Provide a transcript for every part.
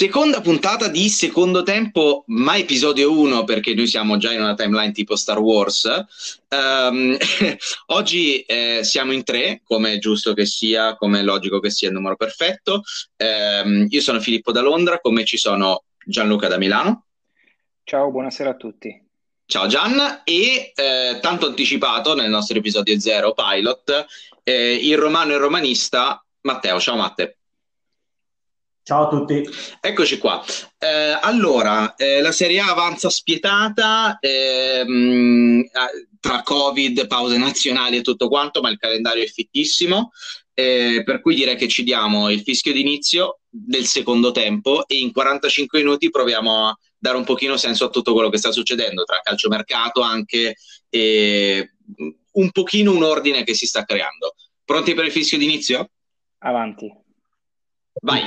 Seconda puntata di Secondo Tempo, ma episodio 1 perché noi siamo già in una timeline tipo Star Wars. Ehm, Oggi siamo in tre, come è giusto che sia, come è logico che sia il numero perfetto. Io sono Filippo da Londra, con me ci sono Gianluca da Milano. Ciao, buonasera a tutti. Ciao Gian, e tanto anticipato nel nostro episodio 0 pilot, il romano e il romanista Matteo. Ciao Matte. Ciao a tutti. Eccoci qua. Allora, la Serie A avanza spietata, tra Covid, pause nazionali e tutto quanto, ma il calendario è fittissimo, per cui direi che ci diamo il fischio d'inizio del secondo tempo e in 45 minuti proviamo a dare un pochino senso a tutto quello che sta succedendo, tra calciomercato anche e un pochino un ordine che si sta creando. Pronti per il fischio d'inizio? Avanti. Vai!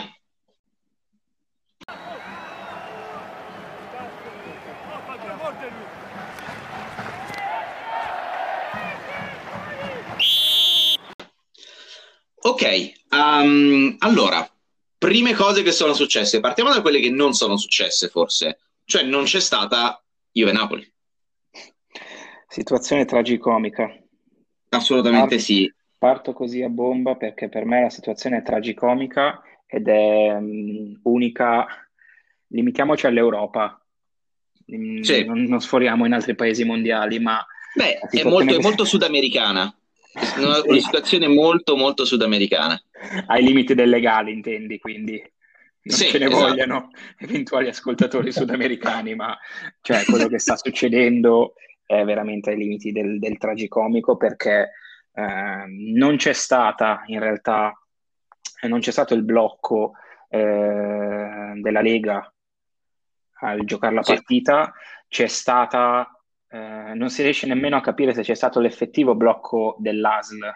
Ok, allora, prime cose che sono successe. Partiamo da quelle che non sono successe, forse. Cioè, non c'è stata Juve-Napoli. Situazione tragicomica. Assolutamente Par- sì. Parto così a bomba perché per me la situazione è tragicomica ed è unica. Limitiamoci all'Europa. Sì. Non sforiamo in altri paesi mondiali, ma la Beh, situazione è che... molto sudamericana. Una Sì. situazione molto, molto sudamericana. Ai limiti del legale, intendi, quindi non ce Sì, ne esatto. vogliano eventuali ascoltatori sudamericani, ma cioè, quello che sta succedendo è veramente ai limiti del tragicomico perché non c'è stata in realtà, non c'è stato il blocco della Lega al giocare la Sì, partita, c'è stata, non si riesce nemmeno a capire se c'è stato l'effettivo blocco dell'ASL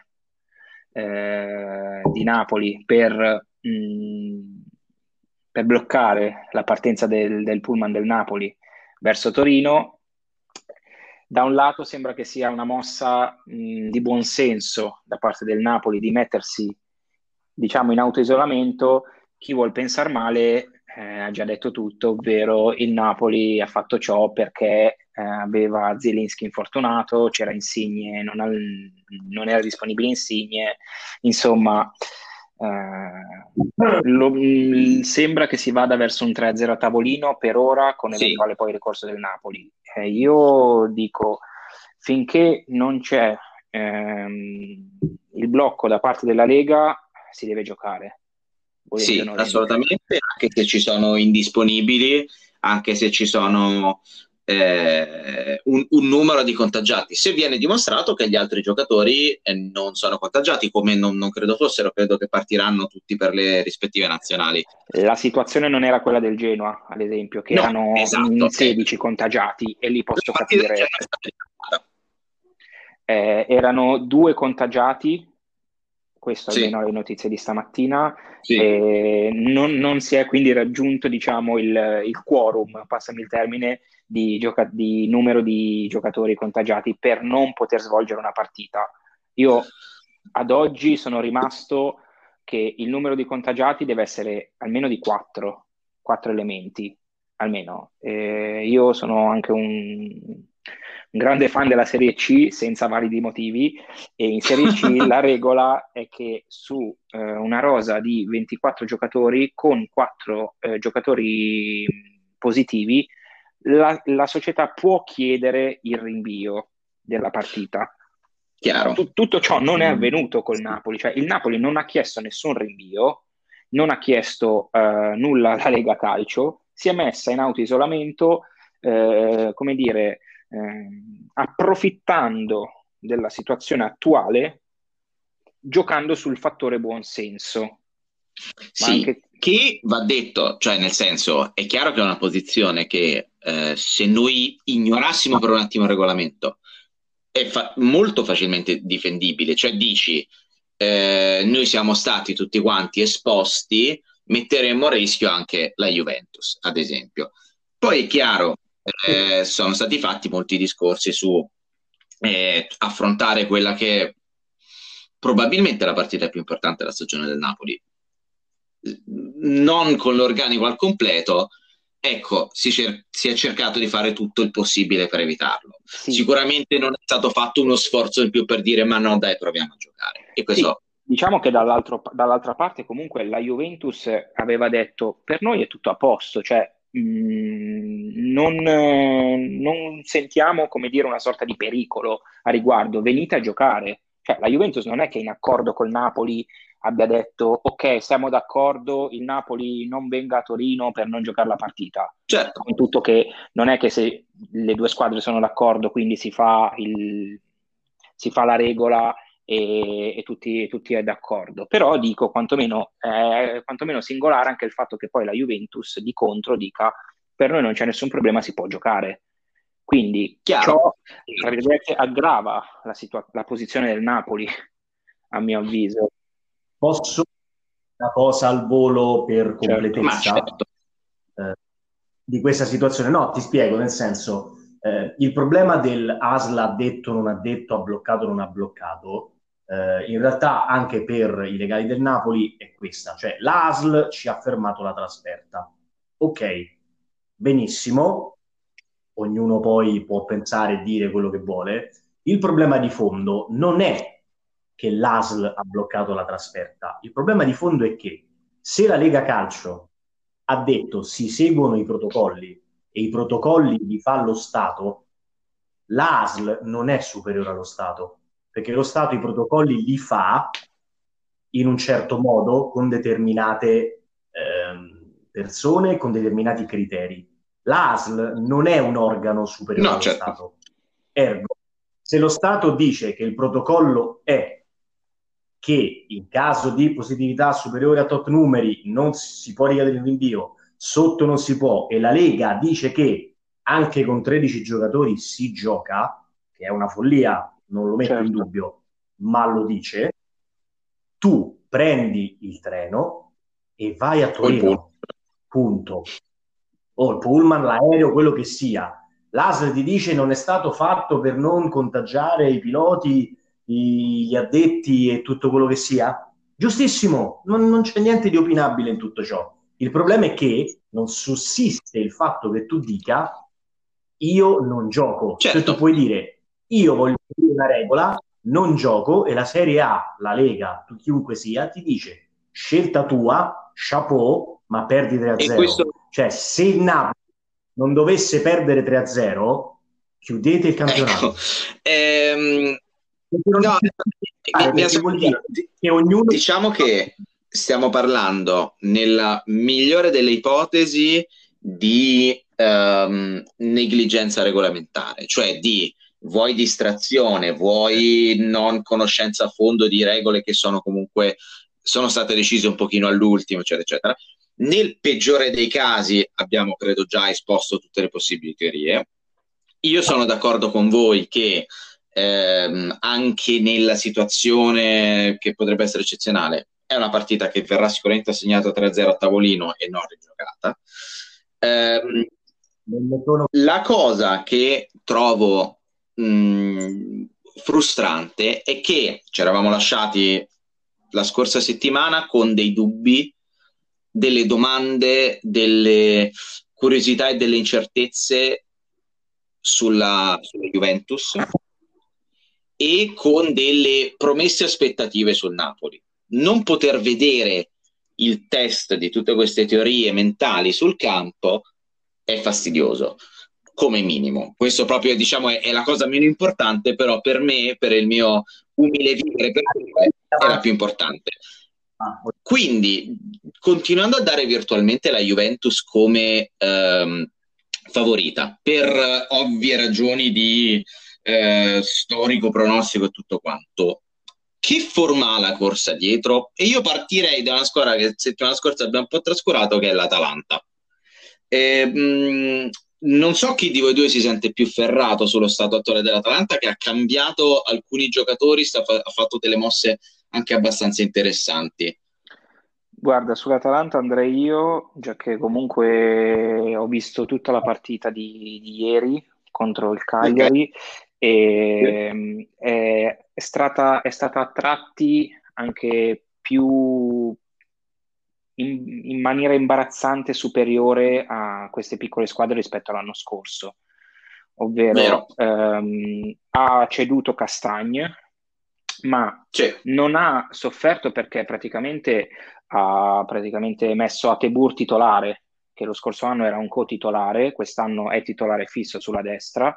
di Napoli per bloccare la partenza del pullman del Napoli verso Torino. Da un lato sembra che sia una mossa di buon senso da parte del Napoli di mettersi, diciamo, in autoisolamento. Chi vuol pensare male ha già detto tutto, ovvero il Napoli ha fatto ciò perché aveva Zielinski infortunato, c'era Insigne, non era disponibile Insigne, insomma, sembra che si vada verso un 3-0 a tavolino per ora, con sì. eventuale poi ricorso del Napoli. Io dico, finché non c'è il blocco da parte della Lega, si deve giocare, volenti o Sì, nolenti. assolutamente, anche se ci sono indisponibili, anche se ci sono un numero di contagiati. Se viene dimostrato che gli altri giocatori non sono contagiati, come non credo fossero, credo che partiranno tutti per le rispettive nazionali. La situazione non era quella del Genoa, ad esempio, che No, erano esatto, in 16 contagiati, e lì la posso partita già capire. è stata giocata. Erano due contagiati, questo Sì, almeno alle notizie di stamattina, sì. non si è quindi raggiunto, diciamo, il quorum, passami il termine, di numero di giocatori contagiati per non poter svolgere una partita. Io ad oggi sono rimasto che il numero di contagiati deve essere almeno di quattro elementi, almeno. Io sono anche un grande fan della Serie C senza validi motivi, e in Serie C la regola è che su una rosa di 24 giocatori con 4 giocatori positivi, la società può chiedere il rinvio della partita. Chiaro. Tutto ciò non è avvenuto col Napoli, cioè il Napoli non ha chiesto nessun rinvio, non ha chiesto nulla alla Lega Calcio, si è messa in autoisolamento, come dire, approfittando della situazione attuale, giocando sul fattore buonsenso. Ma Sì, anche che va detto, cioè nel senso, è chiaro che è una posizione che se noi ignorassimo per un attimo il regolamento è molto facilmente difendibile, cioè dici noi siamo stati tutti quanti esposti, metteremmo a rischio anche la Juventus, ad esempio. Poi è chiaro, sono stati fatti molti discorsi su affrontare quella che è probabilmente la partita più importante della stagione del Napoli. non con l'organico al completo, ecco, si è cercato di fare tutto il possibile per evitarlo. Sì, Sicuramente non è stato fatto uno sforzo in più per dire ma no, dai, proviamo a giocare. E sì, questo, diciamo che dall'altra parte comunque la Juventus aveva detto per noi è tutto a posto, cioè non sentiamo come dire una sorta di pericolo a riguardo, venite a giocare. Cioè, la Juventus non è che in accordo col Napoli abbia detto ok, siamo d'accordo, il Napoli non venga a Torino per non giocare la partita. certo, Con tutto che non è che se le due squadre sono d'accordo, quindi si fa la regola e tutti è d'accordo. Però dico, quantomeno singolare anche il fatto che poi la Juventus di contro dica per noi non c'è nessun problema, si può giocare. Quindi chiaro. ciò, tra virgolette, aggrava la posizione del Napoli, a mio avviso. Posso una cosa al volo per Certo. Ma completezza certo, di questa situazione? No, ti spiego, nel senso, il problema del ASL ha detto, non ha detto, ha bloccato, non ha bloccato, in realtà anche per i legali del Napoli è questa, cioè l'ASL ci ha fermato la trasferta. Ok, benissimo, ognuno poi può pensare e dire quello che vuole. Il problema di fondo non è che l'ASL ha bloccato la trasferta, il problema di fondo è che se la Lega Calcio ha detto si seguono i protocolli e i protocolli li fa lo Stato, l'ASL non è superiore allo Stato, perché lo Stato i protocolli li fa in un certo modo con determinate persone, con determinati criteri. L'ASL non è un organo superiore no, allo certo. Stato. Ergo, se lo Stato dice che il protocollo è che in caso di positività superiore a tot numeri non si può richiedere il rinvio, sotto non si può, e la Lega dice che anche con 13 giocatori si gioca, che è una follia, non lo metto in Certo. dubbio, ma lo dice, tu prendi il treno e vai a O il pool. Torino, punto. O il pullman, l'aereo, quello che sia. L'ASL ti dice non è stato fatto per non contagiare i piloti, gli addetti e tutto quello che sia. Giustissimo, non c'è niente di opinabile in tutto ciò. Il problema è che non sussiste il fatto che tu dica io non gioco. Cioè tu Certo, puoi dire io voglio dire una regola, non gioco e la Serie A, la Lega, chiunque sia, ti dice scelta tua, chapeau, ma perdi e questo 3-0. Cioè se il Napoli non dovesse perdere 3-0, chiudete il ecco, campionato. no, mi ha Perché vuol dire che ognuno... diciamo che stiamo parlando nella migliore delle ipotesi di negligenza regolamentare, cioè di vuoi distrazione, vuoi non conoscenza a fondo di regole che sono comunque sono state decise un pochino all'ultimo, eccetera, eccetera. Nel peggiore dei casi abbiamo, credo, già esposto tutte le possibili teorie. Io sono d'accordo con voi che anche nella situazione che potrebbe essere eccezionale, è una partita che verrà sicuramente assegnata 3-0 a tavolino e non rigiocata. La cosa che trovo frustrante è che ci eravamo lasciati la scorsa settimana con dei dubbi, delle domande, delle curiosità e delle incertezze sulla Juventus e con delle promesse aspettative sul Napoli. Non poter vedere il test di tutte queste teorie mentali sul campo è fastidioso, come minimo. Questo proprio, diciamo, è la cosa meno importante, però per me, per il mio umile vivere personale, è la più importante. Quindi, continuando a dare virtualmente la Juventus come favorita, per ovvie ragioni di storico, pronostico e tutto quanto, che forma ha la corsa dietro? E io partirei da una squadra che settimana scorsa abbiamo un po' trascurato, che è l'Atalanta. Non so chi di voi due si sente più ferrato sullo stato attuale dell'Atalanta, che ha cambiato alcuni giocatori, ha fatto delle mosse anche abbastanza interessanti. Guarda, sull'Atalanta andrei io, già che comunque ho visto tutta la partita di ieri contro il Ok. Cagliari e è stata a tratti anche più in maniera imbarazzante superiore a queste piccole squadre rispetto all'anno scorso, ovvero ha ceduto Castagne, ma non ha sofferto perché praticamente ha messo Atebur titolare, che lo scorso anno era un co-titolare, quest'anno è titolare fisso sulla destra.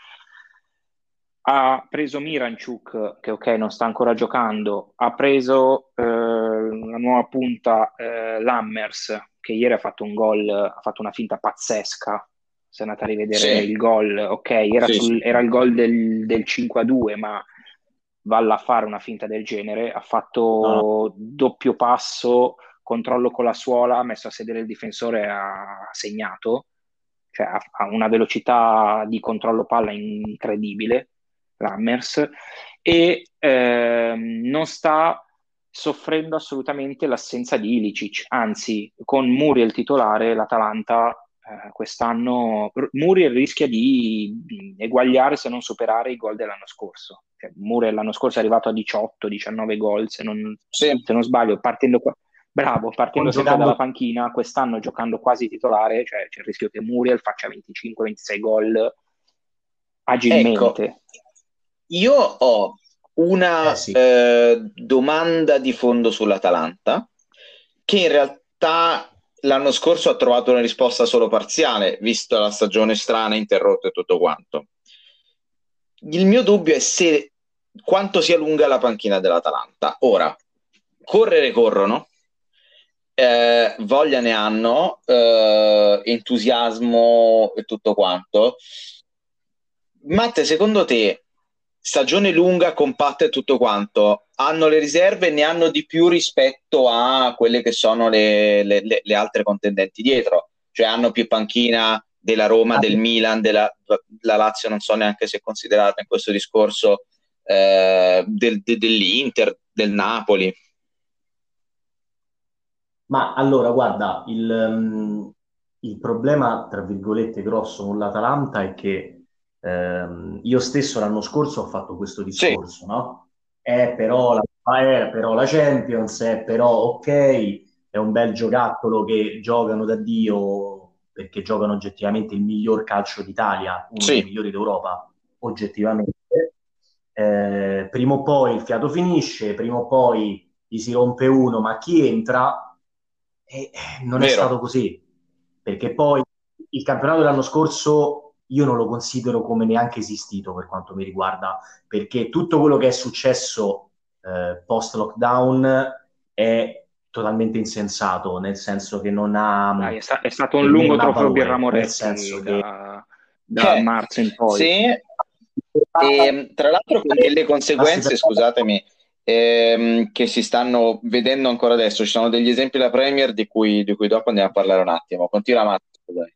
Ha preso Miranchuk, che ok, non sta ancora giocando, ha preso la nuova punta Lammers, che ieri ha fatto un gol, ha fatto una finta pazzesca. Se andate a rivedere il gol, ok, era il gol del 5-2, ma valla a fare una finta del genere. Ha fatto doppio passo, controllo con la suola, ha messo a sedere il difensore e ha segnato. Cioè ha una velocità di controllo palla incredibile, Lammers, e non sta soffrendo assolutamente l'assenza di Ilicic, anzi con Muriel titolare l'Atalanta quest'anno Muriel rischia di eguagliare, se non superare, i gol dell'anno scorso. Cioè, Muriel l'anno scorso è arrivato a 18-19 gol, se non sbaglio, partendo sempre dalla panchina. Quest'anno giocando quasi titolare, cioè c'è il rischio che Muriel faccia 25-26 gol agilmente. Ecco, io ho una domanda di fondo sull'Atalanta, che in realtà l'anno scorso ha trovato una risposta solo parziale, visto la stagione strana, interrotta e tutto quanto. Il mio dubbio è quanto sia lunga la panchina dell'Atalanta. Ora, corrono, voglia ne hanno, entusiasmo e tutto quanto. Matte, secondo te, stagione lunga, compatta e tutto quanto, hanno le riserve, ne hanno di più rispetto a quelle che sono le altre contendenti dietro? Cioè hanno più panchina della Roma, del Milan, la Lazio, non so neanche se è considerata in questo discorso, dell'Inter, del Napoli? Ma allora, guarda, il problema, tra virgolette, grosso con l'Atalanta è che io stesso l'anno scorso ho fatto questo discorso, no? Però la Champions, però ok, è un bel giocattolo che giocano da Dio, perché giocano oggettivamente il miglior calcio d'Italia, uno dei migliori d'Europa, oggettivamente. Prima o poi il fiato finisce, prima o poi gli si rompe uno, ma chi entra? Non è stato così, perché poi il campionato dell'anno scorso io non lo considero come neanche esistito per quanto mi riguarda, perché tutto quello che è successo post lockdown è totalmente insensato, nel senso che non ha è stato un lungo trofeo Birra Moretti, nel senso da marzo in poi. Sì. E tra l'altro le conseguenze, scusatemi, che si stanno vedendo ancora adesso, ci sono degli esempi della Premier di cui dopo andiamo a parlare un attimo. Continua, Matteo, dai.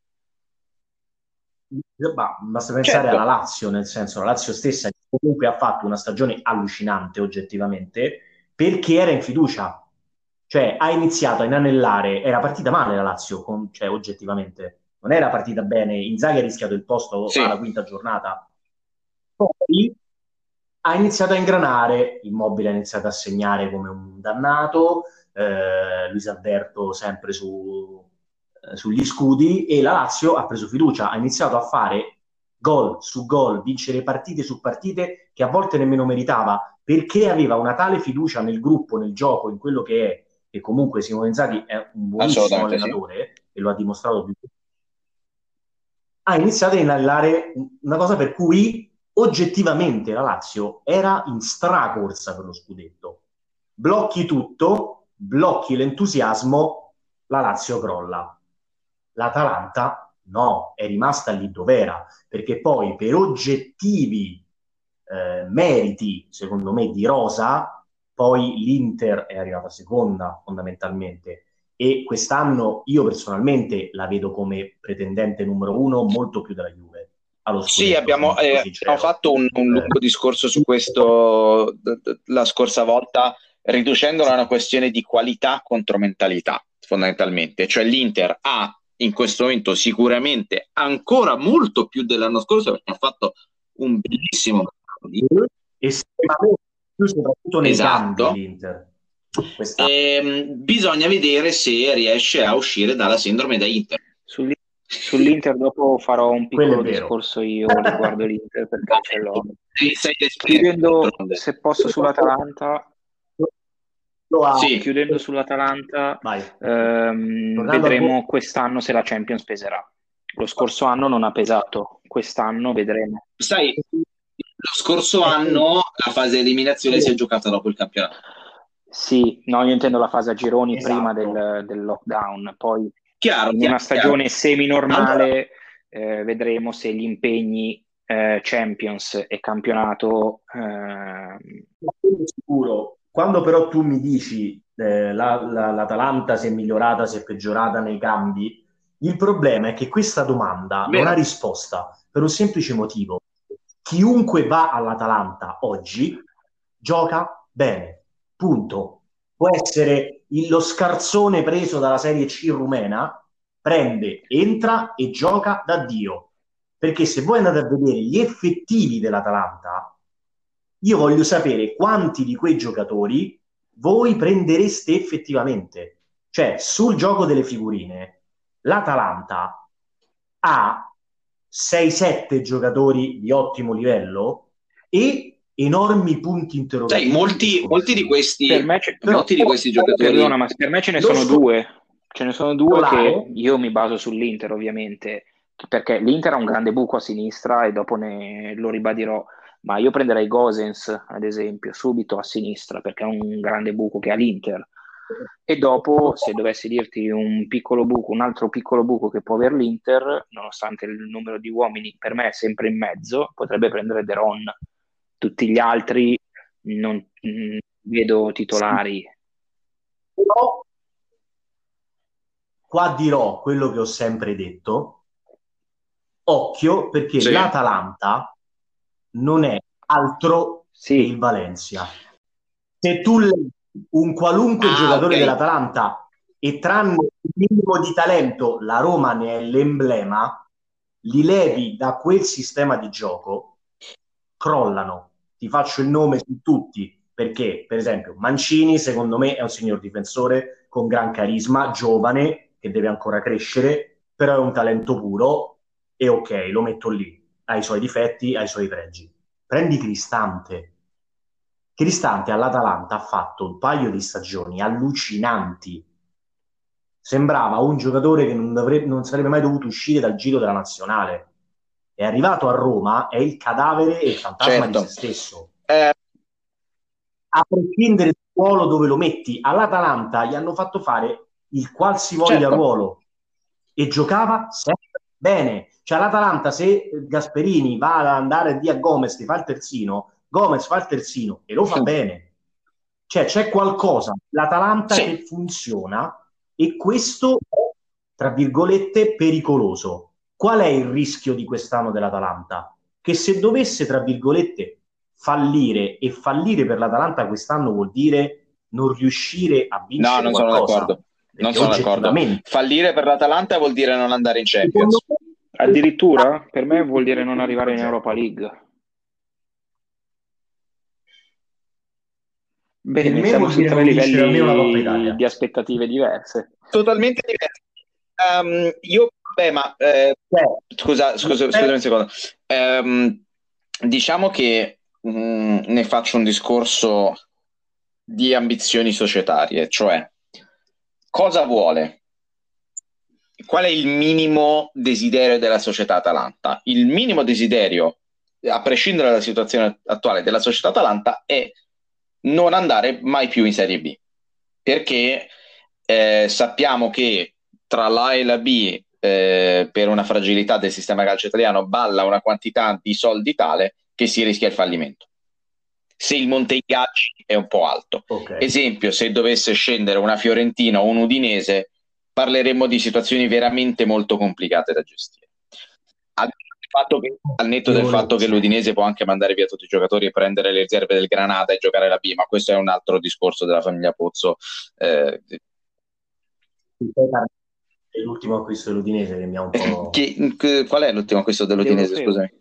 Basta pensare alla Lazio, nel senso, la Lazio stessa comunque ha fatto una stagione allucinante oggettivamente, perché era in fiducia, cioè ha iniziato a inanellare, era partita male la Lazio, cioè oggettivamente non era partita bene, Inzaghi ha rischiato il posto alla quinta giornata, poi ha iniziato a ingranare, Immobile ha iniziato a segnare come un dannato, Luis Alberto sempre sugli scudi, e la Lazio ha preso fiducia, ha iniziato a fare gol su gol, vincere partite su partite che a volte nemmeno meritava, perché aveva una tale fiducia nel gruppo, nel gioco, in quello che è, e comunque Simone Inzaghi è un buonissimo allenatore, e lo ha dimostrato più. Ha iniziato a inanellare una cosa per cui oggettivamente la Lazio era in stracorsa per lo scudetto. Blocchi tutto, blocchi l'entusiasmo, la Lazio crolla. L'Atalanta no, è rimasta lì dov'era, perché poi per oggettivi meriti, secondo me, di rosa, poi l'Inter è arrivata seconda fondamentalmente, e quest'anno io personalmente la vedo come pretendente numero uno molto più della Juve. Sì, abbiamo fatto un lungo discorso su questo la scorsa volta, riducendola a una questione di qualità contro mentalità, fondamentalmente. Cioè l'Inter ha in questo momento sicuramente ancora molto più dell'anno scorso, perché ha fatto un bellissimo estremamente più, soprattutto nei cambi l'Inter. Bisogna vedere se riesce a uscire dalla sindrome da Inter. Sull'Inter dopo farò un piccolo discorso io riguardo l'Inter, perché ce l'ho. Chiudendo, se posso, sull'Atalanta, chiudendo sull'Atalanta, vedremo quest'anno se la Champions peserà. Lo scorso anno non ha pesato, quest'anno vedremo. Sai, lo scorso anno la fase eliminazione si è giocata dopo il campionato. Sì, no, io intendo la fase a gironi prima del lockdown, poi in una stagione semi-normale vedremo se gli impegni Champions e campionato... Sicuro. Quando però tu mi dici l'Atalanta si è migliorata, si è peggiorata nei cambi, il problema è che questa domanda non ha risposta per un semplice motivo. Chiunque va all'Atalanta oggi gioca bene, punto. Può essere lo scarzone preso dalla Serie C rumena, prende, entra e gioca da Dio. Perché se voi andate a vedere gli effettivi dell'Atalanta, io voglio sapere quanti di quei giocatori voi prendereste effettivamente. Cioè, sul gioco delle figurine, l'Atalanta ha 6-7 giocatori di ottimo livello e enormi punti interrogativi. Molti di questi, di questi giocatori. Perdona, ma per me ce ne sono due. Ce ne sono due che io mi baso sull'Inter, ovviamente, perché l'Inter ha un grande buco a sinistra e dopo lo ribadirò. Ma io prenderei Gosens, ad esempio, subito a sinistra, perché è un grande buco che ha l'Inter. E dopo, se dovessi dirti un altro piccolo buco che può avere l'Inter, nonostante il numero di uomini per me è sempre in mezzo, potrebbe prendere De Ron. Tutti gli altri non vedo titolari. Però qua dirò quello che ho sempre detto: occhio, perché l'Atalanta non è altro che il Valencia. Se tu leggi un qualunque giocatore dell'Atalanta e tranne il minimo di talento la Roma ne è l'emblema, li levi da quel sistema di gioco, crollano. Ti faccio il nome su tutti, perché per esempio Mancini secondo me è un signor difensore con gran carisma, giovane, che deve ancora crescere, però è un talento puro e ok, lo metto lì. Ha i suoi difetti, ha i suoi pregi. Prendi Cristante. Cristante all'Atalanta ha fatto un paio di stagioni allucinanti. Sembrava un giocatore che non sarebbe mai dovuto uscire dal giro della nazionale. È arrivato a Roma, è il cadavere e il fantasma di se stesso. A prescindere dal ruolo dove lo metti, all'Atalanta gli hanno fatto fare il qualsivoglia ruolo e giocava sempre bene. Cioè all'Atalanta, se Gasperini va ad andare via Gomez, ti fa il terzino, Gomez fa il terzino e lo fa bene. Cioè c'è qualcosa, l'Atalanta che funziona, e questo è, tra virgolette, pericoloso. Qual è il rischio di quest'anno dell'Atalanta? Che se dovesse, tra virgolette, fallire, e fallire per l'Atalanta quest'anno vuol dire non riuscire a vincere non qualcosa. Sono d'accordo. Non sono d'accordo. Fallire per l'Atalanta vuol dire non andare in Champions. Addirittura per me vuol dire non arrivare in Europa League. Bene, siamo su tre livelli di aspettative diverse. Totalmente diverse. Scusami un secondo. Diciamo che ne faccio un discorso di ambizioni societarie, cioè cosa vuole? Qual è il minimo desiderio della società Atalanta? Il minimo desiderio, a prescindere dalla situazione attuale della società Atalanta, è non andare mai più in Serie B, perché sappiamo che tra l'A e la B, per una fragilità del sistema calcio italiano, balla una quantità di soldi tale che si rischia il fallimento. Se il monte ingaggi è un po' alto. Esempio, se dovesse scendere una Fiorentina o un Udinese, parleremmo di situazioni veramente molto complicate da gestire. Al netto del fatto che l'Udinese può anche mandare via tutti i giocatori e prendere le riserve del Granada e giocare la B, ma questo è un altro discorso della famiglia Pozzo. L'ultimo acquisto dell'Udinese che mi ha un po'... Qual è l'ultimo acquisto dell'Udinese, scusami?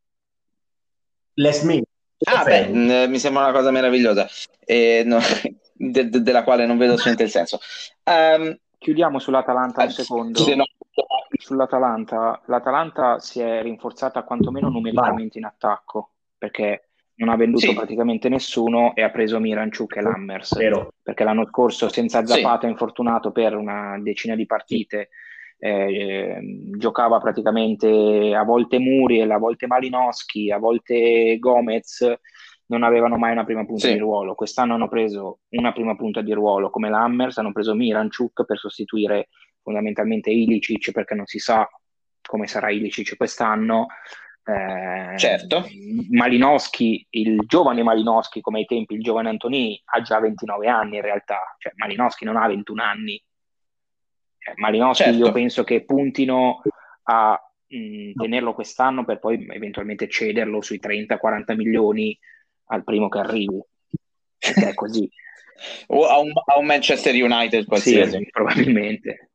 Les Mills. Mi sembra una cosa meravigliosa. della quale non vedo assolutamente il senso. Ehm, Chiudiamo sull'Atalanta un sì, secondo. no, L'Atalanta si è rinforzata quantomeno Vai. numericamente in attacco, perché non ha venduto sì, praticamente nessuno e ha preso Miranchuk e Lammers, Vero. perché l'anno scorso senza sì, Zapata infortunato per una decina di Sì. partite, giocava praticamente a volte Muriel, a volte Malinowski, a volte Gomez, non avevano mai una prima punta di sì, ruolo. Quest'anno hanno preso una prima punta di ruolo come Lammers, hanno preso Miranchuk per sostituire fondamentalmente Ilicic, perché non si sa come sarà Ilicic quest'anno. certo, Malinowski, il giovane Malinowski, come ai tempi il giovane Antonini, ha già 29 anni in realtà, cioè Malinowski non ha 21 anni. Malinowski io certo. penso che puntino a tenerlo quest'anno per poi eventualmente cederlo sui 30-40 milioni al primo che arrivi, perché è così. O a un Manchester United Sì, qualsiasi. probabilmente.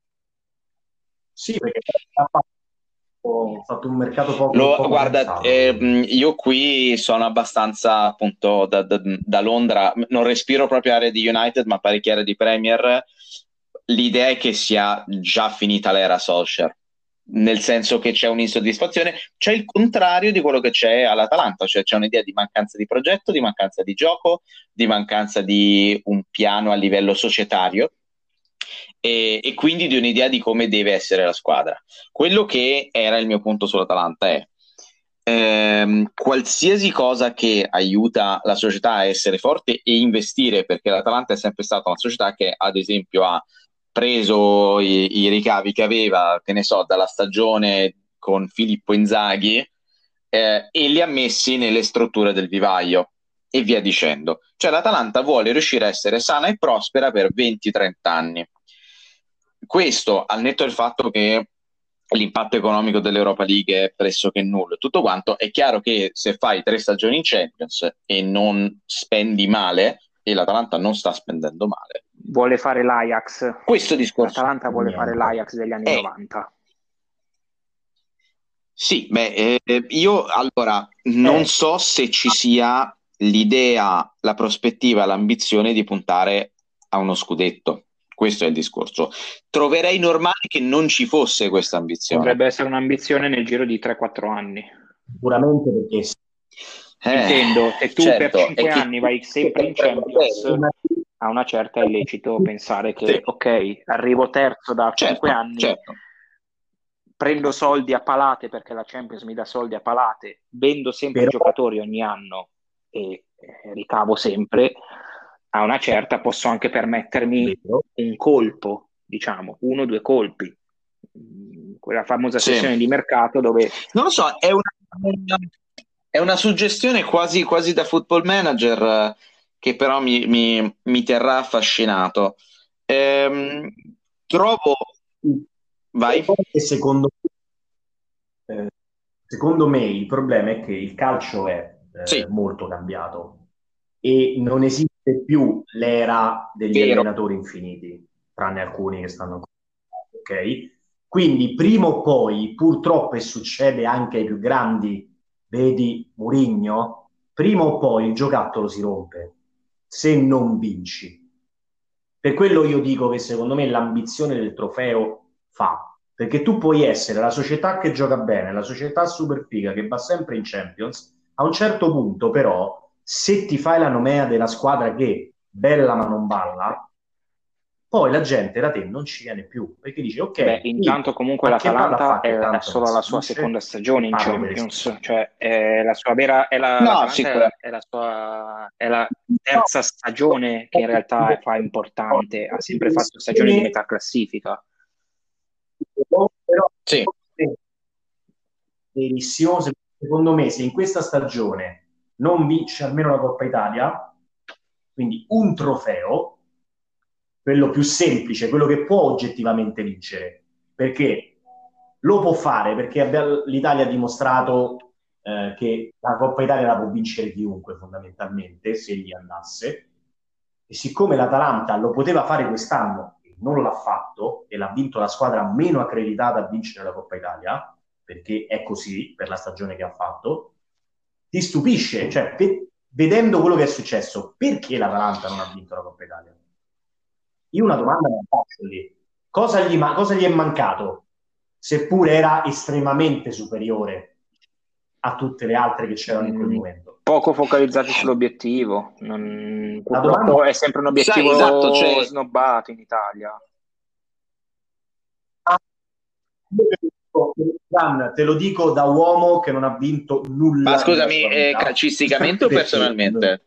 Sì, perché ha fatto un mercato poco Guarda, pensato, secondo me. io qui sono abbastanza appunto da Londra, non respiro proprio area di United, ma parecchie aree di Premier. L'idea è che sia già finita l'era Solskjaer, nel senso che c'è un'insoddisfazione, c'è il contrario di quello che c'è all'Atalanta, cioè c'è un'idea di mancanza di progetto, di mancanza di gioco, di mancanza di un piano a livello societario e quindi di un'idea di come deve essere la squadra. Quello che era il mio punto sull'Atalanta è qualsiasi cosa che aiuta la società a essere forte e investire, perché l'Atalanta è sempre stata una società che ad esempio ha preso i ricavi che aveva, che ne so, dalla stagione con Filippo Inzaghi e li ha messi nelle strutture del vivaio e via dicendo. Cioè l'Atalanta vuole riuscire a essere sana e prospera per 20-30 anni. Questo al netto del fatto che l'impatto economico dell'Europa League è pressoché nullo e tutto quanto, è chiaro che se fai 3 stagioni in Champions e non spendi male, e l'Atalanta non sta spendendo male, Vuole fare l'Ajax. questo discorso L'Atalanta vuole fare Niente. l'Ajax degli anni è 90. sì, beh, io allora non Eh, so se ci sia l'idea, la prospettiva, l'ambizione di puntare a uno scudetto. Questo è il discorso. Troverei normale che non ci fosse questa ambizione. Potrebbe essere un'ambizione nel giro di 3-4 anni. Sicuramente perché Eh, Intendo, se tu per certo, è 5 che anni vai sempre in Champions, a una certa è lecito pensare sì, che, ok, arrivo terzo da 5 certo, anni, certo, prendo soldi a palate perché la Champions mi dà soldi a palate, vendo sempre però giocatori ogni anno e ricavo sempre, a una certa posso anche permettermi vero, un colpo, diciamo, 1 o 2 colpi. Quella famosa sì. sessione di mercato dove Non lo so, è una suggestione quasi, quasi da football manager che però mi terrà affascinato. Ehm, trovo, vai, e secondo me il problema è che il calcio è sì, molto cambiato e non esiste più l'era degli vero, allenatori infiniti, tranne alcuni che stanno ancora, ok? Quindi prima o poi, purtroppo, e succede anche ai più grandi, vedi Mourinho, prima o poi il giocattolo si rompe se non vinci. Per quello io dico che secondo me l'ambizione del trofeo fa, perché tu puoi essere la società che gioca bene, la società super figa che va sempre in Champions, a un certo punto però, se ti fai la nomea della squadra che bella ma non balla, poi la gente da te non ci viene più, perché dice beh, ok, intanto figo, comunque ma che vado a l'Atalanta fare che è tanto non solo la si sua seconda vince? stagione E in parlo per Champions, esperienza. cioè è la sua vera, no, l'Atalanta è la sua, è la terza stagione che in realtà fa importante, ha sempre fatto stagioni di metà classifica. Però sì, benissimo, secondo me se in questa stagione non vince almeno la Coppa Italia, quindi un trofeo, quello più semplice, quello che può oggettivamente vincere, perché lo può fare, perché l'Italia ha dimostrato che la Coppa Italia la può vincere chiunque fondamentalmente, se gli andasse, e siccome l'Atalanta lo poteva fare quest'anno e non l'ha fatto, e l'ha vinto la squadra meno accreditata a vincere la Coppa Italia, perché è così per la stagione che ha fatto, ti stupisce, cioè vedendo quello che è successo, perché l'Atalanta non ha vinto la Coppa Italia? Io una domanda me la faccio lì. Cosa gli è mancato? Seppure era estremamente superiore a tutte le altre che c'erano in quel momento. Poco focalizzati sull'obiettivo. La domanda Purtroppo è sempre un Sai, esatto, obiettivo cioè, snobbato in Italia. Te lo dico da uomo che non ha vinto ma nulla nella scusami, sua vita. calcisticamente o Perché? personalmente?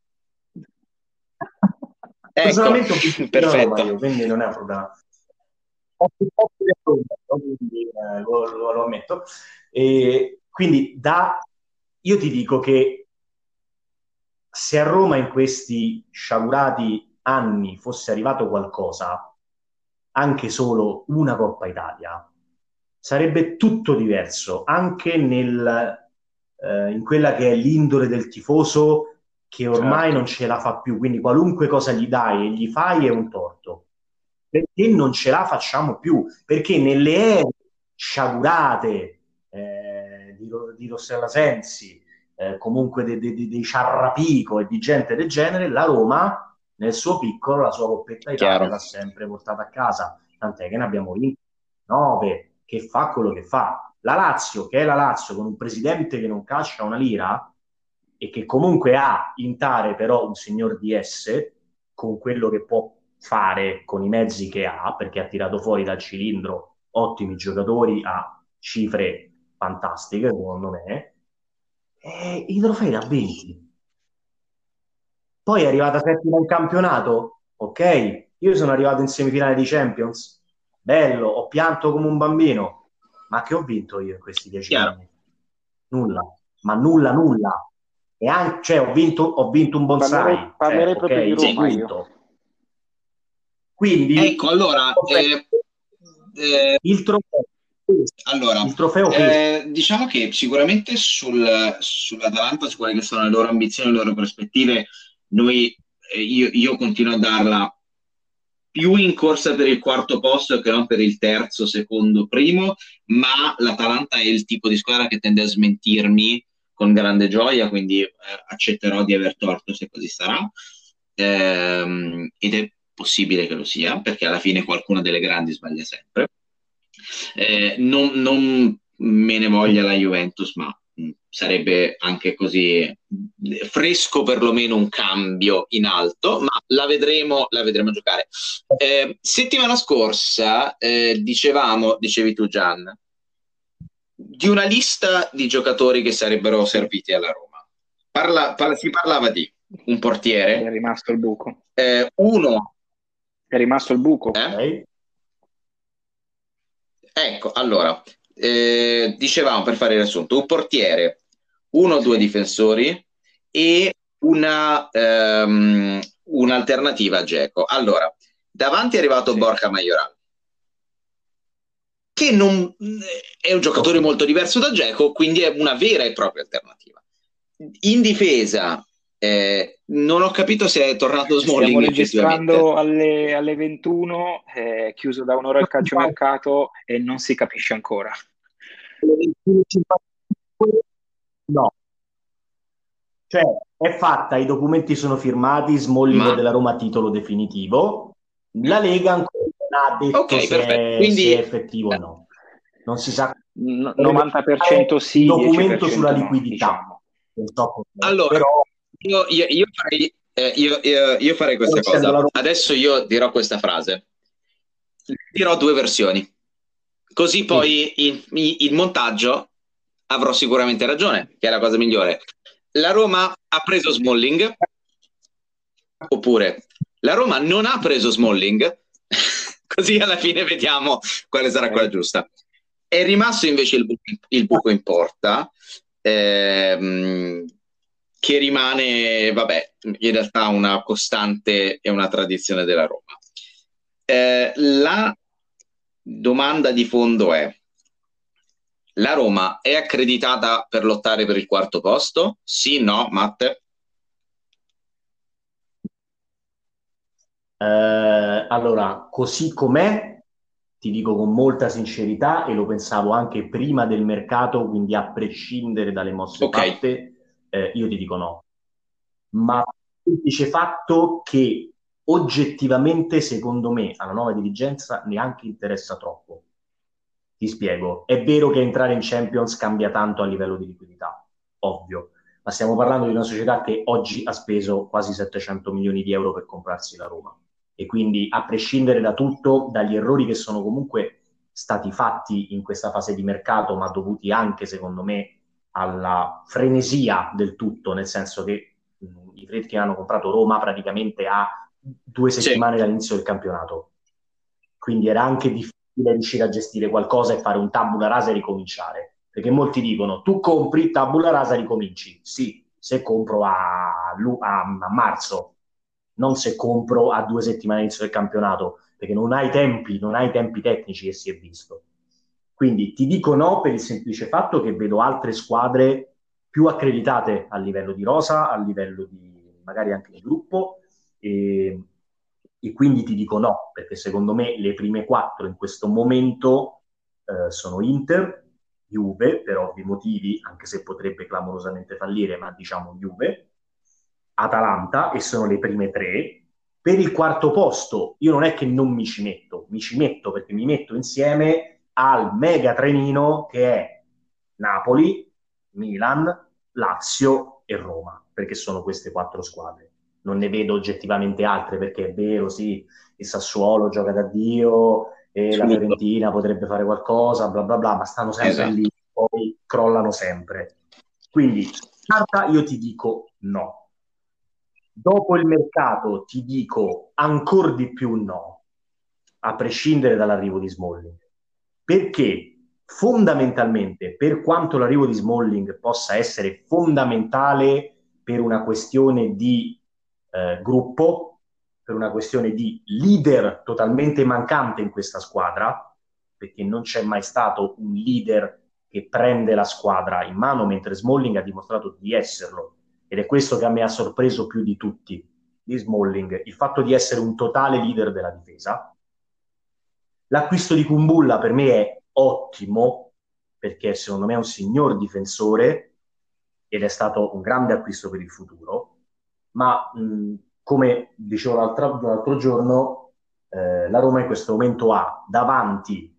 Ecco, Personalmente ho vinto la Roma io, perfetto. quindi non è un problema. Ho più posto di Roma, quindi, lo ammetto. E quindi io ti dico che se a Roma in questi sciagurati anni fosse arrivato qualcosa, anche solo una Coppa Italia, sarebbe tutto diverso, anche in quella che è l'indole del tifoso che ormai Certo. non ce la fa più, quindi qualunque cosa gli dai e gli fai è un torto. Perché non ce la facciamo più? Perché nelle ere sciagurate di Rossella Sensi, comunque dei Ciarrapico e di gente del genere, la Roma nel suo piccolo la sua Coppetta Italia Chiaro. l'ha sempre portata a casa, tant'è che ne abbiamo vinto 9, che fa quello che fa. La Lazio, che è la Lazio, con un presidente che non cascia una lira e che comunque ha in Tare però un signor DS con quello che può fare con i mezzi che ha, perché ha tirato fuori dal cilindro ottimi giocatori a cifre fantastiche, secondo me, e i trofei da 20. Poi è arrivata settima in campionato, ok, io sono arrivato in semifinale di Champions, bello, ho pianto come un bambino, ma che ho vinto io in questi 10 Chiaro. anni? Nulla, ma nulla, nulla. E anche, cioè, ho vinto un bonsai, Parlerei ok, proprio di Sì. ho Roma io. vinto. Quindi Ecco, allora, eh, il trofeo, allora, il trofeo pesa. diciamo che sicuramente sull'Atalanta, su quelle che sono le loro ambizioni, le loro prospettive, io continuo a darla più in corsa per il quarto posto che non per il terzo, secondo, primo, ma l'Atalanta è il tipo di squadra che tende a smentirmi con grande gioia, quindi accetterò di aver torto se così sarà. Ed è possibile che lo sia, perché alla fine qualcuna delle grandi sbaglia sempre. Non me ne voglia la Juventus, ma sarebbe anche così fresco perlomeno un cambio in alto, ma la vedremo giocare. Settimana scorsa dicevi tu Gian, di una lista di giocatori che sarebbero serviti alla Roma. Si parlava di un È portiere, rimasto il buco. uno, È rimasto il buco. Ok? ecco, allora, dicevamo per fare il riassunto, un portiere, uno o due Sì. difensori e un'alternativa a Dzeko. Allora, davanti è arrivato Sì. Borja Majoral, che non è un giocatore Ok. molto diverso da Dzeko, quindi è una vera e propria alternativa. In difesa, non ho capito se è tornato Stiamo Smalling effettivamente. registrando alle 21, chiuso da un'ora il calciomercato e non si capisce ancora. No, cioè è fatta, i documenti sono firmati, Smalling è Ma della Roma a titolo definitivo, la Lega ancora non ha detto ok, perfetto. se è Quindi effettivo o no. Non si sa. 90% Il sì, documento sulla 10% no, liquidità. diciamo. Non so come, allora, però io farei questa essendo la cosa. Roma. Adesso io dirò questa frase. Dirò due versioni. Così Sì. poi in montaggio avrò sicuramente ragione, che è la cosa migliore. La Roma ha preso Smalling, oppure la Roma non ha preso Smalling, così alla fine vediamo quale sarà quella giusta. È rimasto invece il buco in porta, che rimane, vabbè, in realtà una costante e una tradizione della Roma. La domanda di fondo è: la Roma è accreditata per lottare per il quarto posto? Sì, no, Matte? Allora, così com'è, ti dico con molta sincerità, e lo pensavo anche prima del mercato, quindi a prescindere dalle mosse Ok, fatte, io ti dico no. ma il semplice fatto che oggettivamente, secondo me, alla nuova dirigenza neanche interessa troppo. Ti spiego. È vero che entrare in Champions cambia tanto a livello di liquidità, ovvio, ma stiamo parlando di una società che oggi ha speso quasi 700 milioni di euro per comprarsi la Roma. E quindi, a prescindere da tutto, dagli errori che sono comunque stati fatti in questa fase di mercato, ma dovuti anche, secondo me, alla frenesia del tutto, nel senso che i Fredkin hanno comprato Roma praticamente a 2 settimane dall'inizio del campionato, quindi era anche difficile riuscire a gestire qualcosa e fare un tabula rasa e ricominciare, perché molti dicono tu compri tabula rasa e ricominci. Sì, se compro a marzo, non se compro a 2 settimane all'inizio del campionato, perché non hai tempi tecnici, che si è visto. Quindi ti dico no per il semplice fatto che vedo altre squadre più accreditate a livello di rosa, a livello di magari anche di gruppo, e quindi ti dico no, perché secondo me le prime 4 in questo momento sono Inter, Juve, per ovvi motivi, anche se potrebbe clamorosamente fallire, ma diciamo Juve, Atalanta, e sono le prime 3. Per il quarto posto io non è che non mi ci metto perché mi metto insieme al mega trenino che è Napoli, Milan, Lazio e Roma, perché sono queste 4 squadre. Non ne vedo oggettivamente altre, perché è vero, sì, il Sassuolo gioca da Dio e la Fiorentina potrebbe fare qualcosa, bla bla bla, ma stanno sempre lì, poi crollano sempre. Quindi, carta io ti dico no. Dopo il mercato ti dico ancora di più no, a prescindere dall'arrivo di Smalling, perché fondamentalmente, per quanto l'arrivo di Smalling possa essere fondamentale per una questione di gruppo, per una questione di leader totalmente mancante in questa squadra, perché non c'è mai stato un leader che prende la squadra in mano, mentre Smalling ha dimostrato di esserlo, ed è questo che a me ha sorpreso più di tutti di Smalling, il fatto di essere un totale leader della difesa. L'acquisto di Kumbulla per me è ottimo, perché secondo me è un signor difensore ed è stato un grande acquisto per il futuro, ma come dicevo l'altro giorno, la Roma in questo momento ha davanti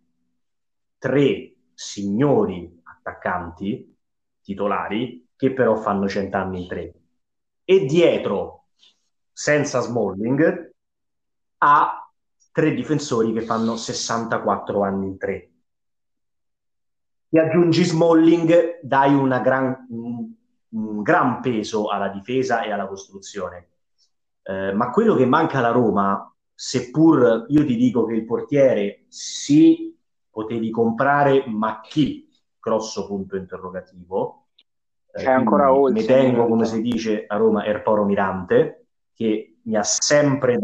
3 signori attaccanti titolari che però fanno 100 anni in 3, e dietro, senza Smalling, ha 3 difensori che fanno 64 anni in 3. Se aggiungi Smalling, dai un gran peso alla difesa e alla costruzione. Ma quello che manca alla Roma, seppur io ti dico che il portiere sì, potevi comprare, ma chi? Grosso punto interrogativo. C'è ancora Olsen. Ne tengo, come si dice a Roma, Erporo Mirante, che mi ha sempre...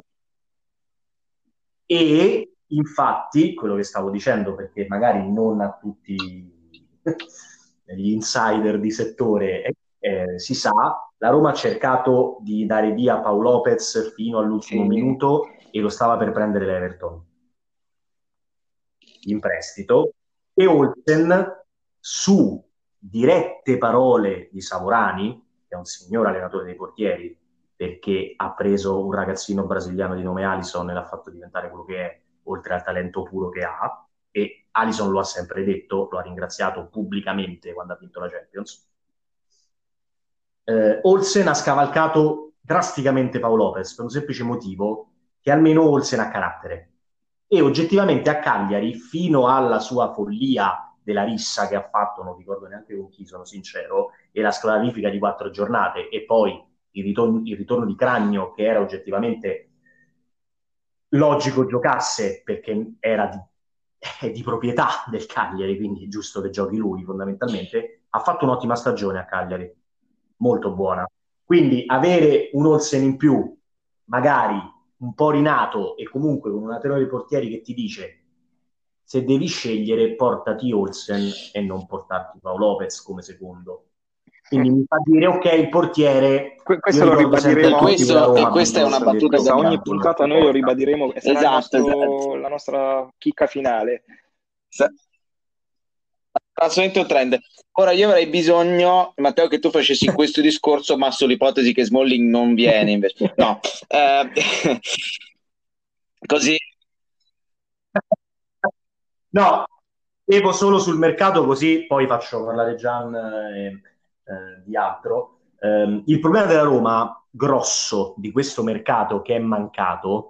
E infatti, quello che stavo dicendo, perché magari non a tutti gli insider di settore si sa, la Roma ha cercato di dare via Pau Lopez fino all'ultimo minuto e lo stava per prendere l'Everton in prestito, e Olsen, su dirette parole di Savorani, che è un signor allenatore dei portieri, perché ha preso un ragazzino brasiliano di nome Alisson e l'ha fatto diventare quello che è, oltre al talento puro che ha, e Alisson lo ha sempre detto, lo ha ringraziato pubblicamente quando ha vinto la Champions. Olsen ha scavalcato drasticamente Paolo Lopez per un semplice motivo, che almeno Olsen ha carattere, e oggettivamente a Cagliari, fino alla sua follia della rissa che ha fatto, non ricordo neanche con chi, sono sincero, e la sclarifica di 4 giornate, e poi il ritorno di Cragno, che era oggettivamente logico giocasse perché era di proprietà del Cagliari, quindi è giusto che giochi lui fondamentalmente, ha fatto un'ottima stagione a Cagliari, molto buona. Quindi avere un Olsen in più, magari un po' rinato e comunque con una tenore di portieri che ti dice se devi scegliere portati Olsen e non portarti Paolo Lopez come secondo. Quindi mi fa dire ok, il portiere, questo lo ribadiremo, e questa è una battuta da ogni puntata, noi lo ribadiremo, sarà esatto. la nostra chicca finale. assolutamente un trend. Ora io avrei bisogno, Matteo, che tu facessi questo discorso, ma sull'ipotesi che Smalling non viene invece. No, così. No, devo solo sul mercato, così poi faccio parlare Gian di altro. Il problema della Roma, grosso, di questo mercato che è mancato,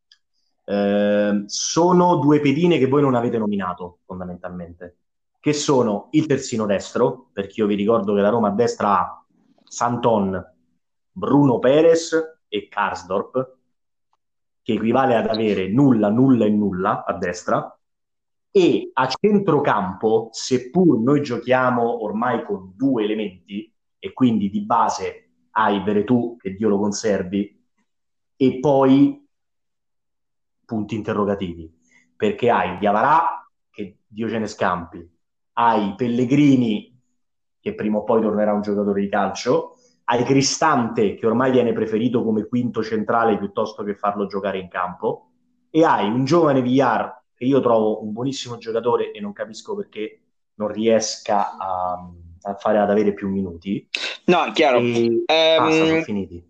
sono due pedine che voi non avete nominato, fondamentalmente, che sono il terzino destro, perché io vi ricordo che la Roma a destra ha Santon, Bruno Perez e Karsdorp, che equivale ad avere nulla, nulla e nulla a destra, e a centrocampo, seppur noi giochiamo ormai con due elementi, e quindi di base hai Veretù, che Dio lo conservi, e poi punti interrogativi, perché hai Diavarà, che Dio ce ne scampi, hai Pellegrini, che prima o poi tornerà un giocatore di calcio, hai Cristante, che ormai viene preferito come quinto centrale piuttosto che farlo giocare in campo, e hai un giovane Villar, che io trovo un buonissimo giocatore e non capisco perché non riesca ad avere più minuti. No, chiaro. E basta, sono finiti.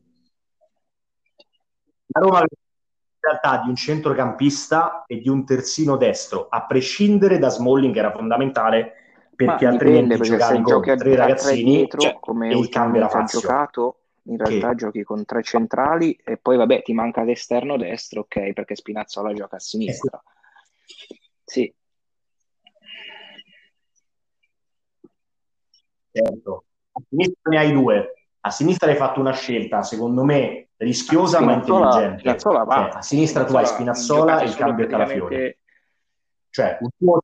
La Roma in realtà di un centrocampista e di un terzino destro, a prescindere da Smalling, che era fondamentale, perché altrimenti perché giocavi se con giochi a tre 3 ragazzini, dietro, Cioè, come e il cambio era ultimamente ha Fazio. giocato, in realtà Che giochi con 3 centrali e poi vabbè ti manca l'esterno destro, ok, perché Spinazzola gioca a sinistra. Sì, certo. A sinistra ne hai due. A sinistra hai fatto una scelta, secondo me, rischiosa ma intelligente. Spinazzola Cioè, va. a sinistra tu hai Spinazzola Giocate e il solo cambio è Calafiori. praticamente. Cioè, un tuo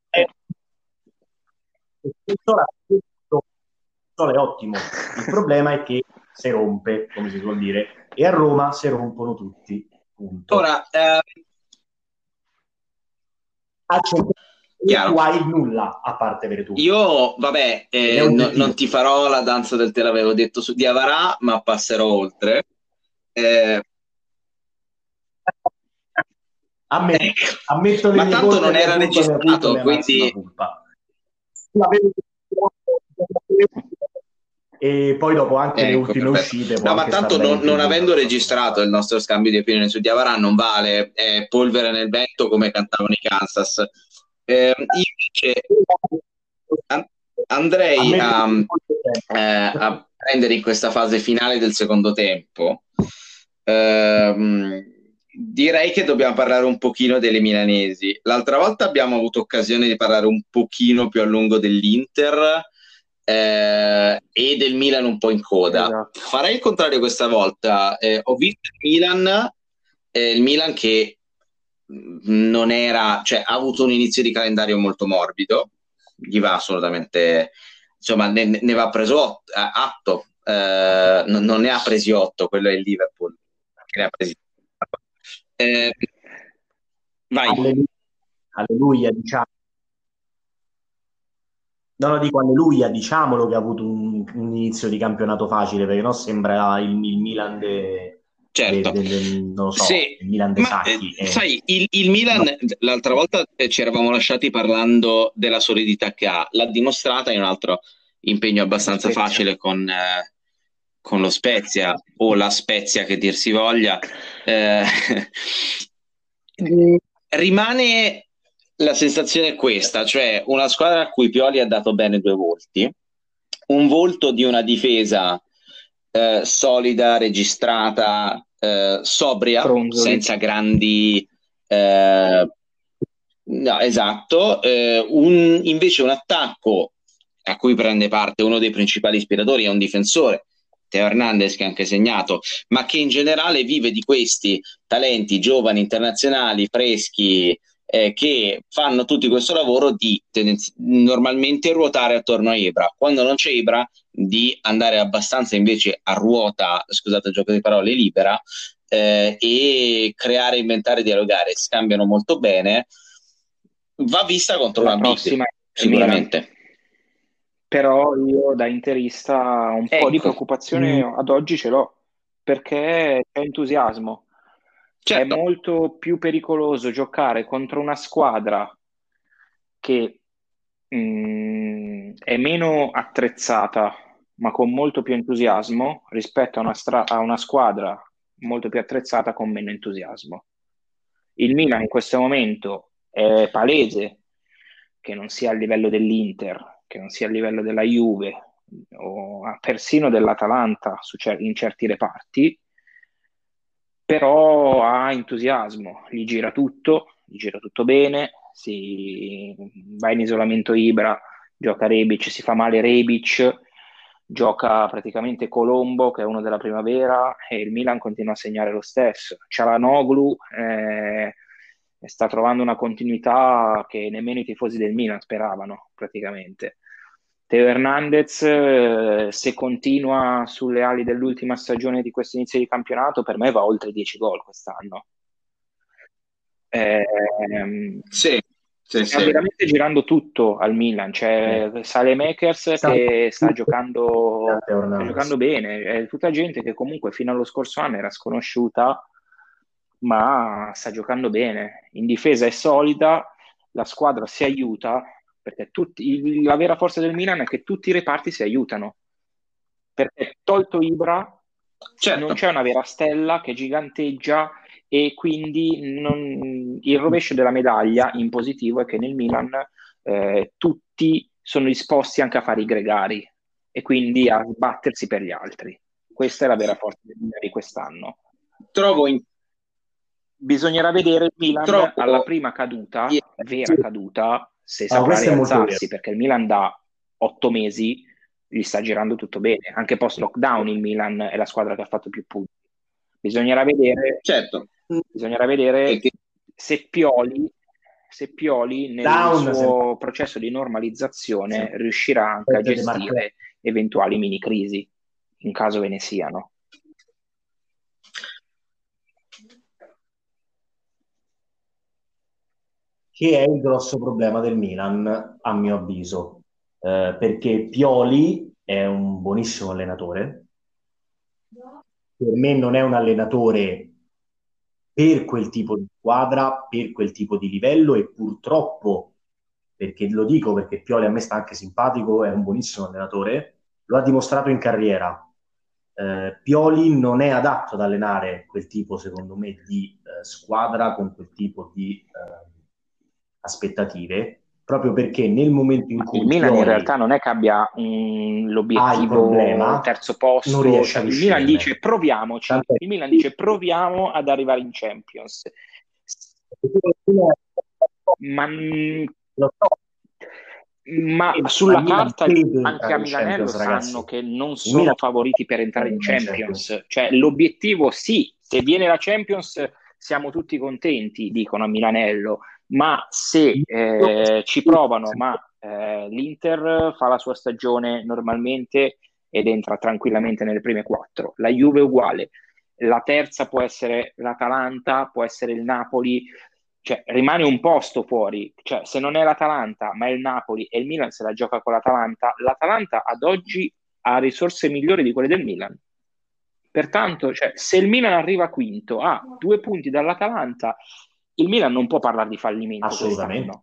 Spinazzola è ottimo. Il problema è che si rompe, come si suol dire, e a Roma si rompono tutti. Punto. ora, Tu hai nulla a parte Veretù. io, vabbè, non ti farò la danza del te l'avevo detto su Diavarà, ma passerò oltre. Ammetto le ma mie tanto colpe, non mia era colpa, mia registrato, colpa, mia massima quindi colpa. E poi dopo anche le ultime perfetto. uscite può No, ma anche tanto star bene in non tribuna, avendo non so registrato il nostro scambio di opinioni su Diavarà non vale, è polvere nel vento come cantavano i Kansas. Invece andrei a prendere in questa fase finale del secondo tempo. Direi che dobbiamo parlare un pochino delle milanesi. L'altra volta abbiamo avuto occasione di parlare un pochino più a lungo dell'Inter e del Milan un po' in coda. Esatto. Farei il contrario questa volta. Ho visto il Milan che non era, cioè ha avuto un inizio di calendario molto morbido, gli va assolutamente, insomma, ne va preso atto, non ne ha presi 8, quello è il Liverpool, che ne ha presi. Vai. Alleluia, diciamo. No, dico alleluia, diciamolo che ha avuto un inizio di campionato facile, perché no sembra il Milan Certo. non lo so, sì, il Milan dei Sacchi. Sai, il Milan, no. L'altra volta ci eravamo lasciati parlando della solidità che ha, l'ha dimostrata in un altro impegno abbastanza facile con lo Spezia, o la Spezia che dir si voglia. Rimane la sensazione questa, cioè una squadra a cui Pioli ha dato bene due volti, un volto di una difesa solida, registrata, sobria, Fronzoli. senza grandi no, esatto, invece un attacco a cui prende parte uno dei principali ispiratori è un difensore, Teo Hernandez, che ha anche segnato, ma che in generale vive di questi talenti giovani, internazionali, freschi, che fanno tutti questo lavoro di normalmente ruotare attorno a Ibra. Quando non c'è Ibra, di andare abbastanza invece a ruota, scusate il gioco di parole, libera, e creare, inventare, dialogare. Scambiano molto bene. Va vista contro La una prossima big, è il Milan. sicuramente. Però io da interista un po' di preoccupazione ad oggi ce l'ho, perché c'è entusiasmo. Certo. È molto più pericoloso giocare contro una squadra che è meno attrezzata, ma con molto più entusiasmo rispetto a una squadra molto più attrezzata con meno entusiasmo. Il Milan in questo momento è palese che non sia a livello dell'Inter, che non sia a livello della Juve o persino dell'Atalanta in certi reparti, però ha entusiasmo, gli gira tutto bene, va in isolamento Ibra, gioca Rebic, si fa male Rebic, gioca praticamente Colombo, che è uno della primavera, e il Milan continua a segnare lo stesso. Çalhanoğlu sta trovando una continuità che nemmeno i tifosi del Milan speravano, praticamente. Teo Hernandez, se continua sulle ali dell'ultima stagione di questo inizio di campionato, per me va oltre 10 gol quest'anno. Sta veramente girando tutto al Milan. C'è Saelemaekers che sta giocando bene. È tutta gente che comunque fino allo scorso anno era sconosciuta, ma sta giocando bene. In difesa è solida, la squadra si aiuta, perché la vera forza del Milan è che tutti i reparti si aiutano. Perché tolto Ibra, non c'è una vera stella che giganteggia, e quindi il rovescio della medaglia in positivo è che nel Milan tutti sono disposti anche a fare i gregari e quindi a sbattersi per gli altri. Questa è la vera forza del Milan di quest'anno. Bisognerà vedere il Milan alla prima caduta, vera caduta, se saprà rialzarsi, perché il Milan da 8 mesi gli sta girando tutto bene. Anche post lockdown il Milan è la squadra che ha fatto più punti. Bisognerà vedere se Pioli nel suo processo di normalizzazione riuscirà anche a gestire eventuali mini crisi, in caso ve ne siano. Che è il grosso problema del Milan, a mio avviso, perché Pioli è un buonissimo allenatore. Per me non è un allenatore per quel tipo di squadra, per quel tipo di livello, e purtroppo, perché lo dico perché Pioli a me sta anche simpatico, è un buonissimo allenatore, lo ha dimostrato in carriera. Pioli non è adatto ad allenare quel tipo, secondo me, di squadra con quel tipo di aspettative, proprio perché nel momento in cui il Milan in realtà non è che abbia l'obiettivo terzo posto, non riesce a il Milan dice proviamoci, il Milan dice proviamo ad arrivare in Champions, ma sulla carta anche a Milanello sanno che non sono favoriti per entrare in Champions. Cioè l'obiettivo sì, se viene la Champions siamo tutti contenti, dicono a Milanello, ma se ci provano, l'Inter fa la sua stagione normalmente ed entra tranquillamente nelle prime 4, la Juve è uguale, la terza può essere l'Atalanta, può essere il Napoli, cioè rimane un posto fuori, cioè se non è l'Atalanta ma è il Napoli e il Milan se la gioca con l'Atalanta ad oggi ha risorse migliori di quelle del Milan. Pertanto, cioè, se il Milan arriva quinto a 2 punti dall'Atalanta, il Milan non può parlare di fallimento. Assolutamente.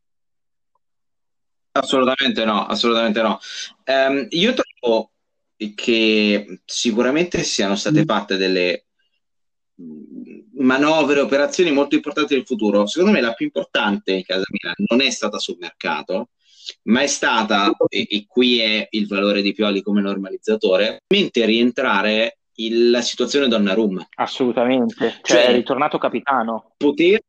Assolutamente no. Io trovo che sicuramente siano state fatte delle manovre, operazioni molto importanti nel futuro. Secondo me la più importante in casa Milan non è stata sul mercato, ma è stata, e qui è il valore di Pioli come normalizzatore, rientrare la situazione Donnarumma. Assolutamente, cioè è ritornato capitano. Poter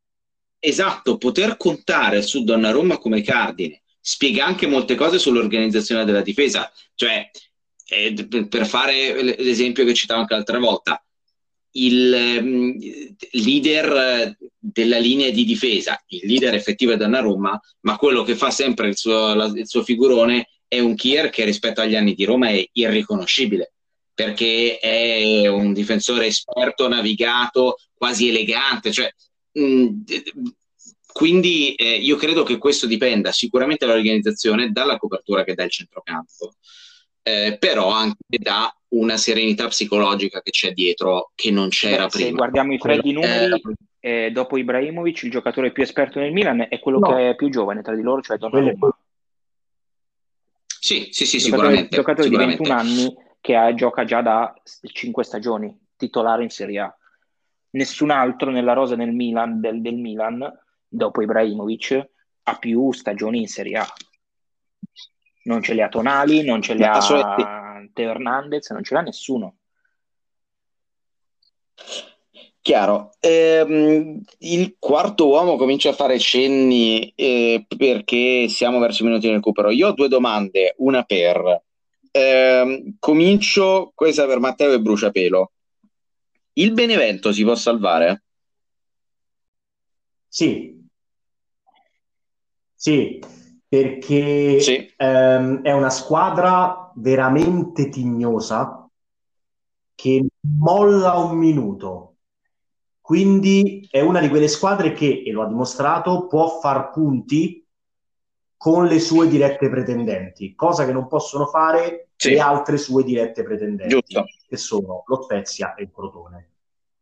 contare su Donnarumma come cardine spiega anche molte cose sull'organizzazione della difesa, cioè per fare l'esempio che citavo anche l'altra volta, il leader della linea di difesa, il leader effettivo è Donnarumma, ma quello che fa sempre il suo figurone è un Kier che rispetto agli anni di Roma è irriconoscibile, perché è un difensore esperto, navigato, quasi elegante, cioè quindi io credo che questo dipenda sicuramente dall'organizzazione, dalla copertura che dà il centrocampo, però anche da una serenità psicologica che c'è dietro che non c'era prima. Se guardiamo i freddi numeri, dopo Ibrahimovic, il giocatore più esperto nel Milan è quello No, che è più giovane tra di loro, cioè quello è Donnarumma. Sì, sì, sì, sicuramente, Giocatore di 21 sicuramente. anni che gioca già da 5 stagioni, titolare in Serie A. Nessun altro nella rosa del Milan, dopo Ibrahimovic, ha più stagioni in Serie A. Non ce le ha Tonali, non ce le No, assolutamente. ha Teo Hernandez, non ce l'ha nessuno. Chiaro. Il quarto uomo comincia a fare cenni perché siamo verso i minuti di recupero. Io ho due domande, una per. Comincio questa per Matteo e Bruciapelo. Il Benevento si può salvare? sì, sì, perché Sì, è una squadra veramente tignosa che molla un minuto. Quindi è una di quelle squadre che, e lo ha dimostrato, può far punti con le sue dirette pretendenti, cosa che non possono fare le sì, altre sue dirette pretendenti, giusto. che sono lo Spezia e il Crotone.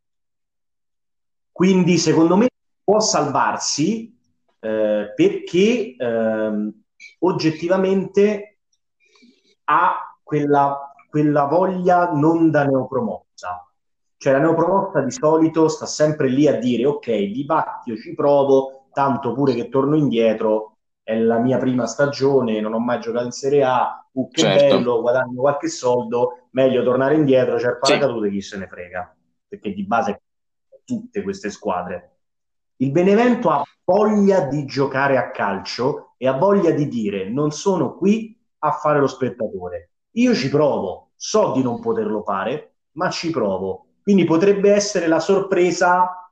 Quindi secondo me può salvarsi perché oggettivamente ha quella voglia non da neopromossa. Cioè la neopromossa di solito sta sempre lì a dire ok, di batti io ci provo, tanto pure che torno indietro, è la mia prima stagione, non ho mai giocato in Serie A, che Certo. bello, guadagno qualche soldo, meglio tornare indietro, c'è il Sì, paracadute, chi se ne frega, perché di base tutte queste squadre. Il Benevento ha voglia di giocare a calcio e ha voglia di dire non sono qui a fare lo spettatore. Io ci provo, so di non poterlo fare, ma ci provo. Quindi potrebbe essere la sorpresa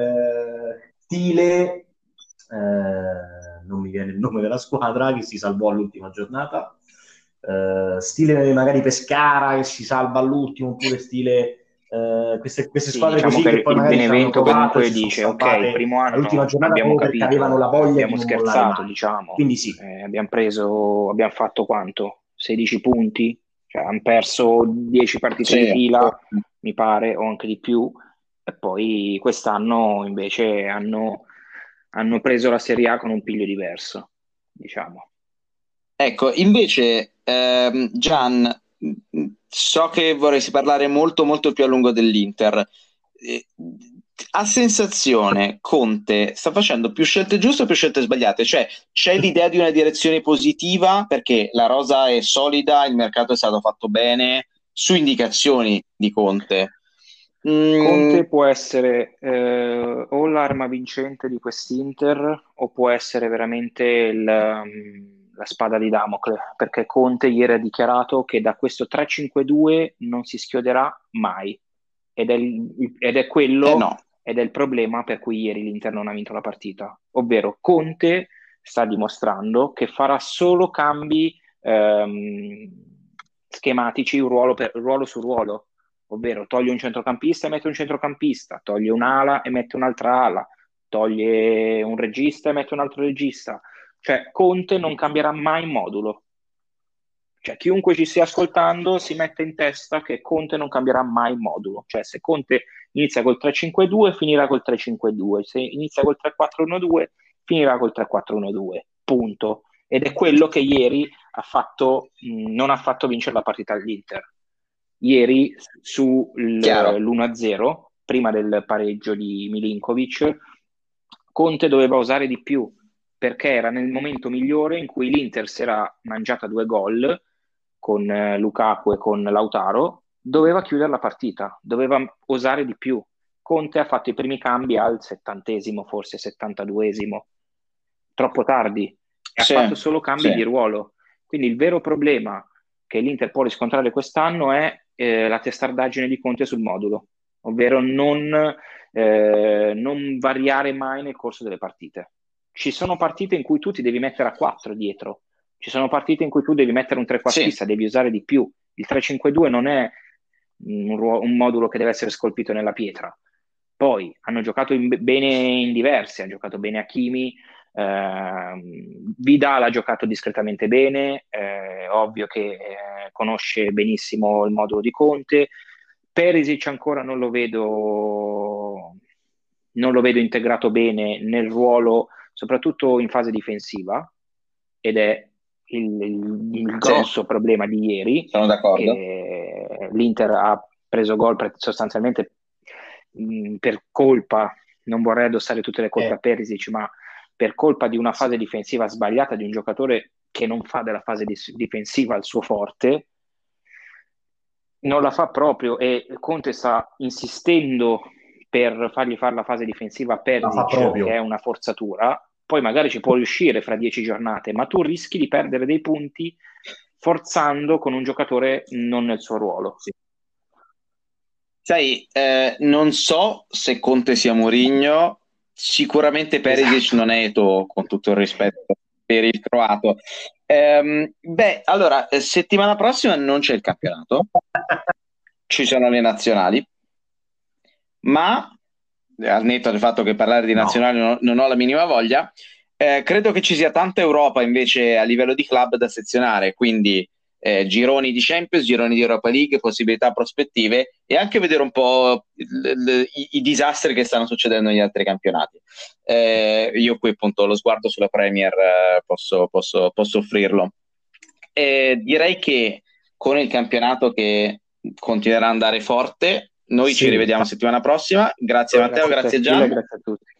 stile, non mi viene il nome della squadra che si salvò all'ultima giornata, stile magari Pescara che si salva all'ultimo, oppure stile queste Sì, squadre diciamo così che che poi il magari ci hanno Benevento provato e comunque si sono dice, ok, il salvate primo all'ultima anno giornata abbiamo proprio perché avevano capito, la voglia di abbiamo non mollare scherzato, mai. diciamo, Quindi sì, abbiamo fatto quanto? 16 punti? Cioè, hanno perso 10 partite di sì. fila, mi pare, o anche di più, e poi quest'anno invece hanno preso la Serie A con un piglio diverso, diciamo. Ecco, invece, Gian, so che vorresti parlare molto, molto più a lungo dell'Inter. Eh, A sensazione, Conte sta facendo più scelte giuste o più scelte sbagliate? Cioè, c'è l'idea di una direzione positiva perché la rosa è solida, il mercato è stato fatto bene, su indicazioni di Conte. Mm, Conte può essere o l'arma vincente di quest'Inter o può essere veramente la spada di Damocle, perché Conte ieri ha dichiarato che da questo 3-5-2 non si schioderà mai ed è, ed è eh quello no, ed è il problema per cui ieri l'Inter non ha vinto la partita, ovvero Conte sta dimostrando che farà solo cambi schematici ruolo su ruolo, ovvero toglie un centrocampista e mette un centrocampista, toglie un'ala e mette un'altra ala, toglie un regista e mette un altro regista. Cioè Conte non cambierà mai modulo. Cioè, chiunque ci stia ascoltando si mette in testa che Conte non cambierà mai modulo. Cioè, se Conte inizia col 3-5-2, finirà col 3-5-2. Se inizia col 3-4-1-2, finirà col 3-4-1-2. Punto. Ed è quello che ieri non ha fatto vincere la partita all'Inter. Ieri chiaro. l'1-0, prima del pareggio di Milinkovic, Conte doveva osare di più perché era nel momento migliore in cui l'Inter si era mangiata 2 gol con Lukaku e con Lautaro, doveva chiudere la partita, doveva osare di più. Conte ha fatto i primi cambi al 70esimo, forse 72esimo, troppo tardi, e ha Sì, fatto solo cambi sì. di ruolo. Quindi il vero problema che l'Inter può riscontrare quest'anno è la testardaggine di Conte sul modulo, ovvero non variare mai nel corso delle partite. Ci sono partite in cui tu ti devi mettere a 4 dietro, ci sono partite in cui tu devi mettere un Sì, trequartista, devi usare di più. Il 3-5-2 non è un modulo che deve essere scolpito nella pietra. Poi hanno giocato bene in diversi, hanno giocato bene Hakimi, Vidal ha giocato discretamente bene, ovvio che conosce benissimo il modulo di Conte. Perisic ancora non lo vedo integrato bene nel ruolo, soprattutto in fase difensiva, ed è il grosso problema di ieri. Sono d'accordo. Che l'Inter ha preso gol sostanzialmente per colpa, non vorrei addossare tutte le colpe a Perisic, ma per colpa di una fase difensiva sbagliata di un giocatore che non fa della fase difensiva il suo forte, non la fa proprio, e Conte sta insistendo per fargli fare la fase difensiva a Perisic, che è una forzatura. Poi magari ci può riuscire fra 10 giornate, ma tu rischi di perdere dei punti forzando con un giocatore non nel suo ruolo. Sai, non so se Conte sia Mourinho, sicuramente Perisic non è Eto'o, con tutto il rispetto per il croato. Allora, settimana prossima non c'è il campionato, ci sono le nazionali, ma al netto del fatto che parlare di nazionali non ho la minima voglia, credo che ci sia tanta Europa invece a livello di club da sezionare, quindi gironi di Champions, gironi di Europa League, possibilità, prospettive, e anche vedere un po' i disastri che stanno succedendo negli altri campionati. Io qui appunto lo sguardo sulla Premier posso offrirlo. Direi che con il campionato che continuerà ad andare forte, noi ci rivediamo settimana prossima. Grazie Matteo, grazie Gian. Grazie a tutti.